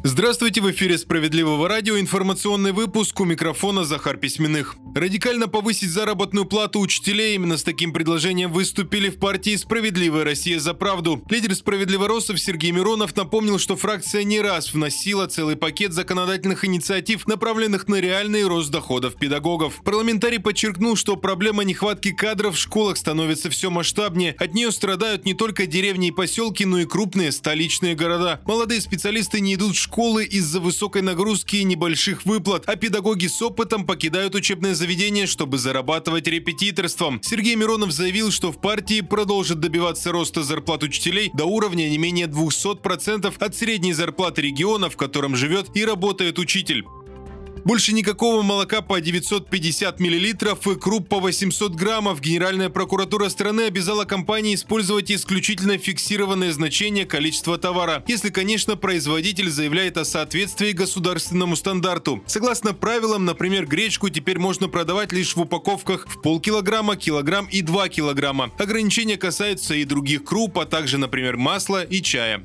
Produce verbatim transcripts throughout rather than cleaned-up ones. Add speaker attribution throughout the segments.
Speaker 1: Здравствуйте, в эфире «Справедливого радио», информационный выпуск, у микрофона Захар Письменных. Радикально повысить заработную плату учителей, именно с таким предложением выступили в партии «Справедливая Россия за правду». Лидер «Справедливоросов» Сергей Миронов напомнил, что фракция не раз вносила целый пакет законодательных инициатив, направленных на реальный рост доходов педагогов. Парламентарий подчеркнул, что проблема нехватки кадров в школах становится все масштабнее. От нее страдают не только деревни и поселки, но и крупные столичные города. Молодые специалисты не идут в школы из-за высокой нагрузки и небольших выплат, а педагоги с опытом покидают учебное заведение, чтобы зарабатывать репетиторством. Сергей Миронов заявил, что в партии продолжит добиваться роста зарплат учителей до уровня не менее двухсот процентов от средней зарплаты региона, в котором живет и работает учитель. Больше никакого молока по девятьсот пятьдесят миллилитров и круп по восемьсот граммов. Генеральная прокуратура страны обязала компании использовать исключительно фиксированное значение количества товара, если, конечно, производитель заявляет о соответствии государственному стандарту. Согласно правилам, например, гречку теперь можно продавать лишь в упаковках в полкилограмма, килограмм и два килограмма. Ограничения касаются и других круп, а также, например, масла и чая.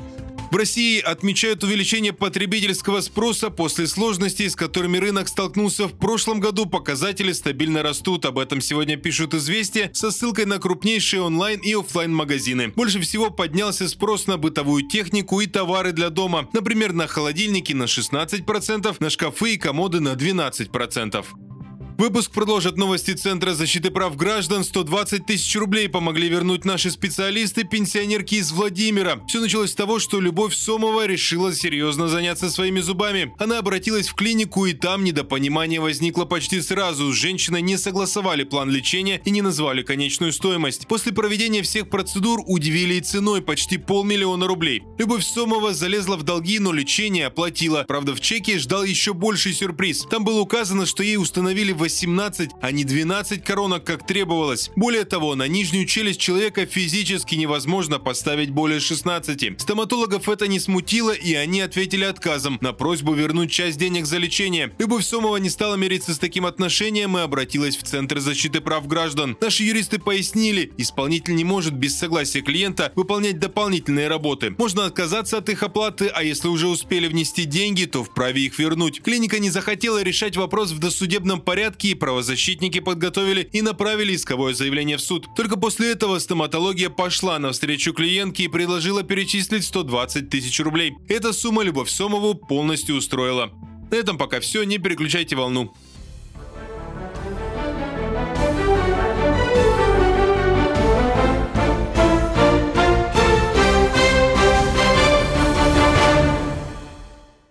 Speaker 1: В России отмечают увеличение потребительского спроса после сложностей, с которыми рынок столкнулся в прошлом году. Показатели стабильно растут. Об этом сегодня пишут «Известия» со ссылкой на крупнейшие онлайн и офлайн магазины. Больше всего поднялся спрос на бытовую технику и товары для дома. Например, на холодильники на шестнадцать процентов, на шкафы и комоды на двенадцать процентов. Выпуск продолжат новости Центра защиты прав граждан. сто двадцать тысяч рублей помогли вернуть наши специалисты, пенсионерки из Владимира. Все началось с того, что Любовь Сомова решила серьезно заняться своими зубами. Она обратилась в клинику, и там недопонимание возникло почти сразу. С женщиной не согласовали план лечения и не назвали конечную стоимость. После проведения всех процедур удивили и ценой почти полмиллиона рублей. Любовь Сомова залезла в долги, но лечение оплатила. Правда, в чеке ждал еще больший сюрприз. Там было указано, что ей установили восемнадцать, а не двенадцать коронок, как требовалось. Более того, на нижнюю челюсть человека физически невозможно поставить более шестнадцати. Стоматологов это не смутило, и они ответили отказом на просьбу вернуть часть денег за лечение. Любовь Сомова не стала мириться с таким отношением и обратилась в Центр защиты прав граждан. Наши юристы пояснили, исполнитель не может без согласия клиента выполнять дополнительные работы. Можно отказаться от их оплаты, а если уже успели внести деньги, то вправе их вернуть. Клиника не захотела решать вопрос в досудебном порядке, и правозащитники подготовили и направили исковое заявление в суд. Только после этого стоматология пошла навстречу клиентке и предложила перечислить сто двадцать тысяч рублей. Эта сумма Любовь Сомову полностью устроила. На этом пока все, не переключайте волну.